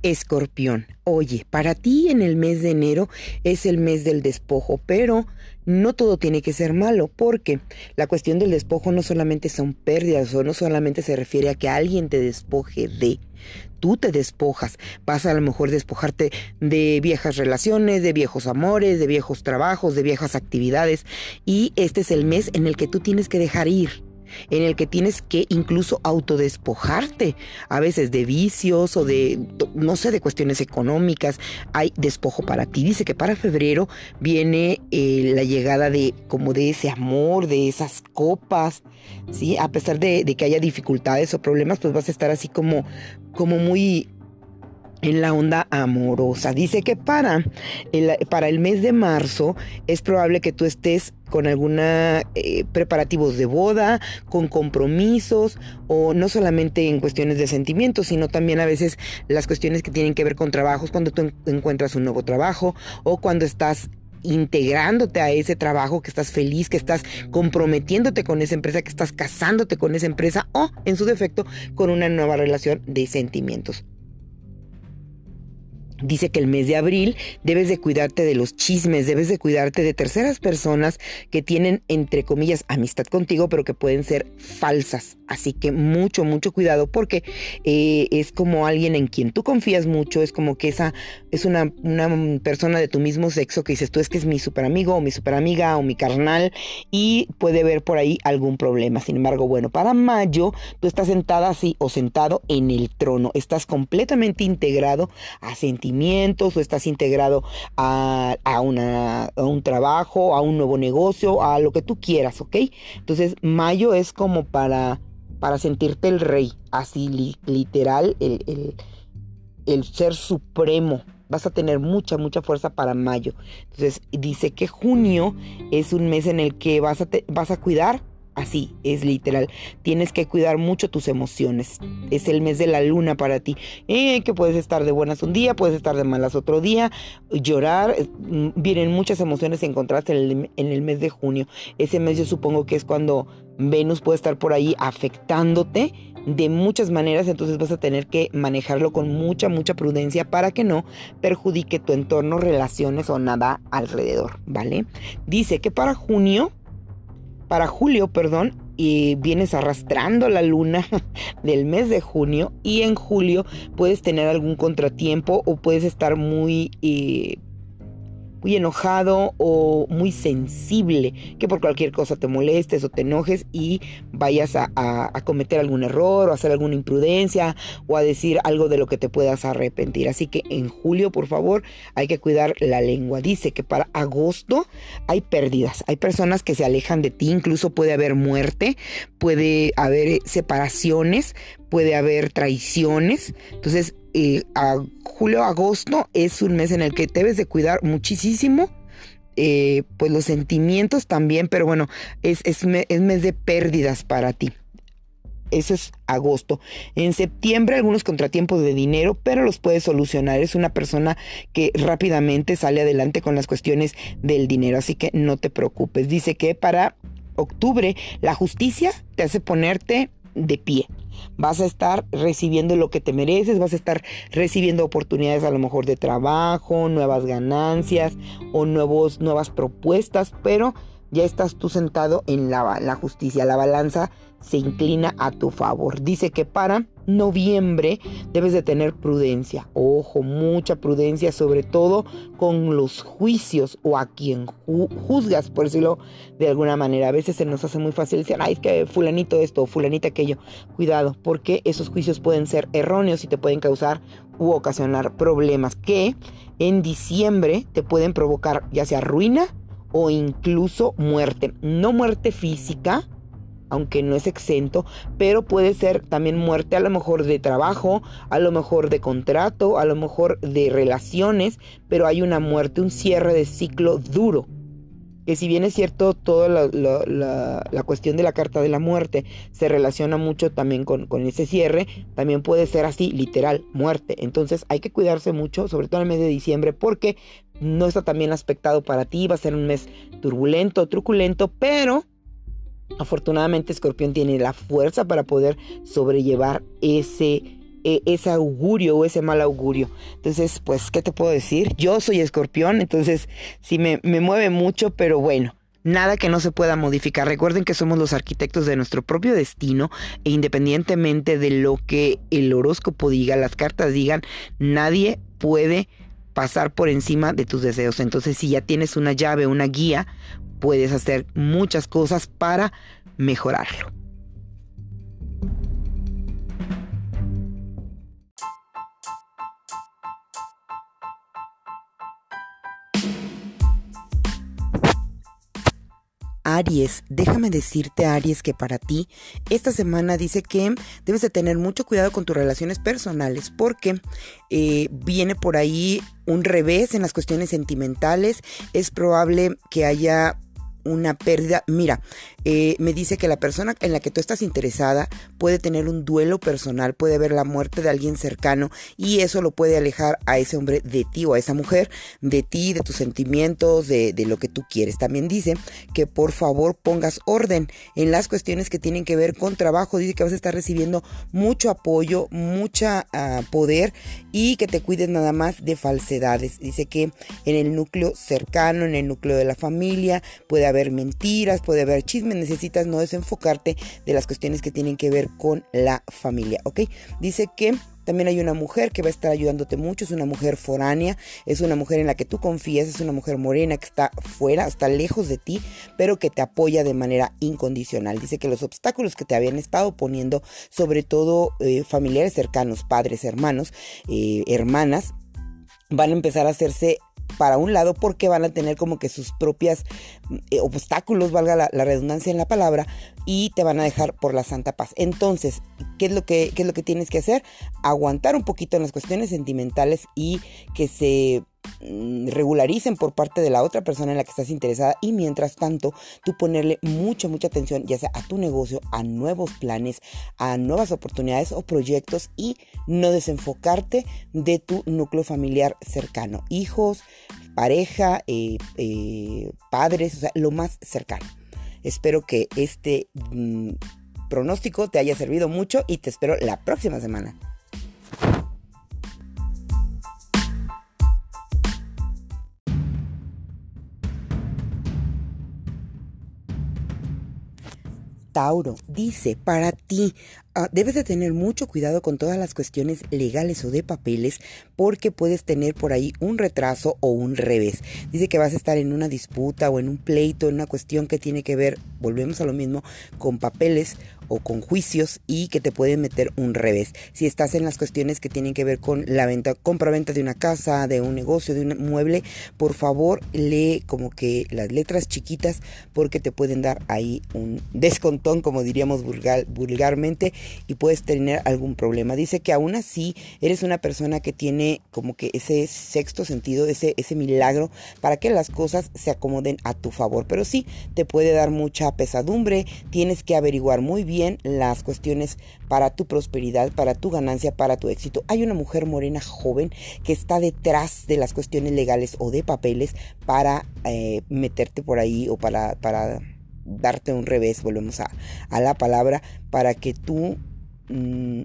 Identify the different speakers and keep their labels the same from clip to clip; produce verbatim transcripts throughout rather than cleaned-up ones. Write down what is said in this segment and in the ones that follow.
Speaker 1: Escorpión, oye, para ti en el mes de enero es el mes del despojo, pero no todo tiene que ser malo, porque la cuestión del despojo no solamente son pérdidas o no solamente se refiere a que alguien te despoje de, tú te despojas, vas a lo mejor despojarte de viejas relaciones, de viejos amores, de viejos trabajos, de viejas actividades, y este es el mes en el que tú tienes que dejar ir, en el que tienes que incluso autodespojarte, a veces de vicios o de, no sé, de cuestiones económicas. Hay despojo para ti. Dice que para febrero viene eh, la llegada de como de ese amor, de esas copas, ¿sí? A pesar de, de que haya dificultades o problemas, pues vas a estar así como, como muy en la onda amorosa. Dice que para el, para el mes de marzo es probable que tú estés con alguna eh, preparativos de boda, con compromisos, o no solamente en cuestiones de sentimientos, sino también a veces las cuestiones que tienen que ver con trabajos, cuando tú en, encuentras un nuevo trabajo o cuando estás integrándote a ese trabajo, que estás feliz, que estás comprometiéndote con esa empresa, que estás casándote con esa empresa o, en su defecto, con una nueva relación de sentimientos. Dice que el mes de abril debes de cuidarte de los chismes, debes de cuidarte de terceras personas que tienen, entre comillas, amistad contigo, pero que pueden ser falsas. Así que mucho, mucho cuidado, porque eh, es como alguien en quien tú confías mucho, es como que esa es una, una persona de tu mismo sexo que dices tú, es que es mi super amigo o mi super amiga o mi carnal, y puede haber por ahí algún problema. Sin embargo, bueno, para mayo tú estás sentada así o sentado en el trono, estás completamente integrado a sentir o estás integrado a, a, una, a un trabajo, a un nuevo negocio, a lo que tú quieras, ¿ok? Entonces, mayo es como para, para sentirte el rey, así li, literal, el, el, el ser supremo. Vas a tener mucha, mucha fuerza para mayo. Entonces, dice que junio es un mes en el que vas a, te, vas a cuidar. Así, es literal. Tienes que cuidar mucho tus emociones. Es el mes de la luna para ti. Eh, que puedes estar de buenas un día, puedes estar de malas otro día, llorar. Vienen muchas emociones encontradas en el, en el mes de junio. Ese mes yo supongo que es cuando Venus puede estar por ahí afectándote de muchas maneras. Entonces vas a tener que manejarlo con mucha, mucha prudencia para que no perjudique tu entorno, relaciones o nada alrededor, ¿vale? Dice que para junio... Para julio, perdón, y vienes arrastrando la luna del mes de junio, y en julio puedes tener algún contratiempo o puedes estar muy, eh, muy enojado o muy sensible, que por cualquier cosa te molestes o te enojes y vayas a, a, a cometer algún error o a hacer alguna imprudencia o a decir algo de lo que te puedas arrepentir. Así que en julio, por favor, hay que cuidar la lengua. Dice que para agosto hay pérdidas, hay personas que se alejan de ti, incluso puede haber muerte, puede haber separaciones, puede haber traiciones. Entonces, eh, a julio, agosto es un mes en el que debes de cuidar muchísimo, eh, pues los sentimientos también, pero bueno, es, es, me, es mes de pérdidas para ti. Eso es agosto. En septiembre algunos contratiempos de dinero, pero los puedes solucionar. Es una persona que rápidamente sale adelante con las cuestiones del dinero, así que no te preocupes. Dice que para octubre la justicia te hace ponerte de pie. Vas a estar recibiendo lo que te mereces, vas a estar recibiendo oportunidades a lo mejor de trabajo, nuevas ganancias o nuevos, nuevas propuestas, pero ya estás tú sentado en la, la justicia. La balanza se inclina a tu favor. Dice que para noviembre debes de tener prudencia. Ojo, mucha prudencia, sobre todo con los juicios o a quien ju- juzgas, por decirlo de alguna manera. A veces se nos hace muy fácil decir, ay, es que fulanito esto o fulanita aquello. Cuidado, porque esos juicios pueden ser erróneos y te pueden causar u ocasionar problemas que en diciembre te pueden provocar ya sea ruina o incluso muerte. No muerte física, aunque no es exento, pero puede ser también muerte a lo mejor de trabajo, a lo mejor de contrato, a lo mejor de relaciones, pero hay una muerte, un cierre de ciclo duro. Que si bien es cierto, toda la, la, la, la cuestión de la carta de la muerte se relaciona mucho también con, con ese cierre, también puede ser así, literal, muerte. Entonces hay que cuidarse mucho, sobre todo en el mes de diciembre, porque no está tan bien aspectado para ti. Va a ser un mes turbulento, truculento, pero afortunadamente Escorpión tiene la fuerza para poder sobrellevar ese eh, ese augurio o ese mal augurio. Entonces, pues, ¿qué te puedo decir? Yo soy Escorpión, entonces sí me, me mueve mucho, pero bueno. Nada que no se pueda modificar. Recuerden que somos los arquitectos de nuestro propio destino e independientemente de lo que el horóscopo diga, las cartas digan, nadie puede pasar por encima de tus deseos. Entonces, si ya tienes una llave, una guía, puedes hacer muchas cosas para mejorarlo. Aries, déjame decirte, Aries, que para ti esta semana dice que debes de tener mucho cuidado con tus relaciones personales porque eh, viene por ahí un revés en las cuestiones sentimentales. Es probable que haya una pérdida. Mira, eh, me dice que la persona en la que tú estás interesada puede tener un duelo personal, puede haber la muerte de alguien cercano y eso lo puede alejar a ese hombre de ti o a esa mujer de ti, de tus sentimientos, de, de lo que tú quieres. También dice que por favor pongas orden en las cuestiones que tienen que ver con trabajo. Dice que vas a estar recibiendo mucho apoyo, mucha uh, poder y que te cuides nada más de falsedades. Dice que en el núcleo cercano, en el núcleo de la familia, puede haber mentiras, puede haber chismes. Necesitas no desenfocarte de las cuestiones que tienen que ver con la familia, ¿ok? Dice que también hay una mujer que va a estar ayudándote mucho, es una mujer foránea, es una mujer en la que tú confías, es una mujer morena que está fuera, está lejos de ti, pero que te apoya de manera incondicional. Dice que los obstáculos que te habían estado poniendo, sobre todo eh, familiares cercanos, padres, hermanos, eh, hermanas, van a empezar a hacerse para un lado porque van a tener como que sus propias eh, obstáculos, valga la, la redundancia en la palabra, y te van a dejar por la santa paz. Entonces, ¿qué es lo que, qué es lo que tienes que hacer? Aguantar un poquito en las cuestiones sentimentales y que se regularicen por parte de la otra persona en la que estás interesada y mientras tanto tú ponerle mucha mucha atención ya sea a tu negocio, a nuevos planes, a nuevas oportunidades o proyectos y no desenfocarte de tu núcleo familiar cercano, hijos, pareja, eh, eh, padres, o sea, lo más cercano. Espero que este mmm, pronóstico te haya servido mucho y te espero la próxima semana. Tauro, dice, para ti, uh, debes de tener mucho cuidado con todas las cuestiones legales o de papeles porque puedes tener por ahí un retraso o un revés. Dice que vas a estar en una disputa o en un pleito, en una cuestión que tiene que ver, volvemos a lo mismo, con papeles o con juicios y que te pueden meter un revés. Si estás en las cuestiones que tienen que ver con la venta, compra-venta de una casa, de un negocio, de un mueble, por favor lee como que las letras chiquitas porque te pueden dar ahí un descontón, como diríamos vulgar, vulgarmente, y puedes tener algún problema. Dice que aún así eres una persona que tiene como que ese sexto sentido, ese, ese milagro para que las cosas se acomoden a tu favor, pero sí te puede dar mucha pesadumbre. Tienes que averiguar muy bien las cuestiones para tu prosperidad, para tu ganancia, para tu éxito. Hay una mujer morena joven que está detrás de las cuestiones legales o de papeles para eh, meterte por ahí o para, para darte un revés, volvemos a, a la palabra, para que tú mmm,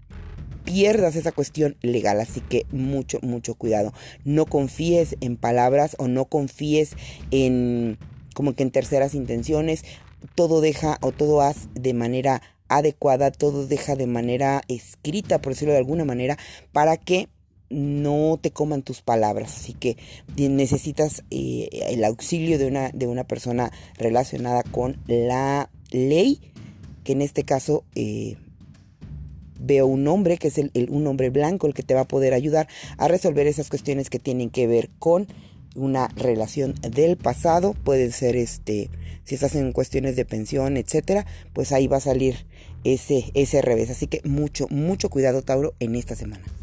Speaker 1: pierdas esa cuestión legal. Así que mucho, mucho cuidado. No confíes en palabras o no confíes en como que en terceras intenciones. Todo deja o todo haz de manera adecuada, todo deja de manera escrita, por decirlo de alguna manera, para que no te coman tus palabras. Así que necesitas eh, el auxilio de una, de una persona relacionada con la ley, que en este caso eh, veo un hombre que es el, el, un hombre blanco el que te va a poder ayudar a resolver esas cuestiones que tienen que ver con una relación del pasado. Puede ser este si estás en cuestiones de pensión, etcétera, pues ahí va a salir ese, ese revés. Así que mucho, mucho cuidado, Tauro, en esta semana.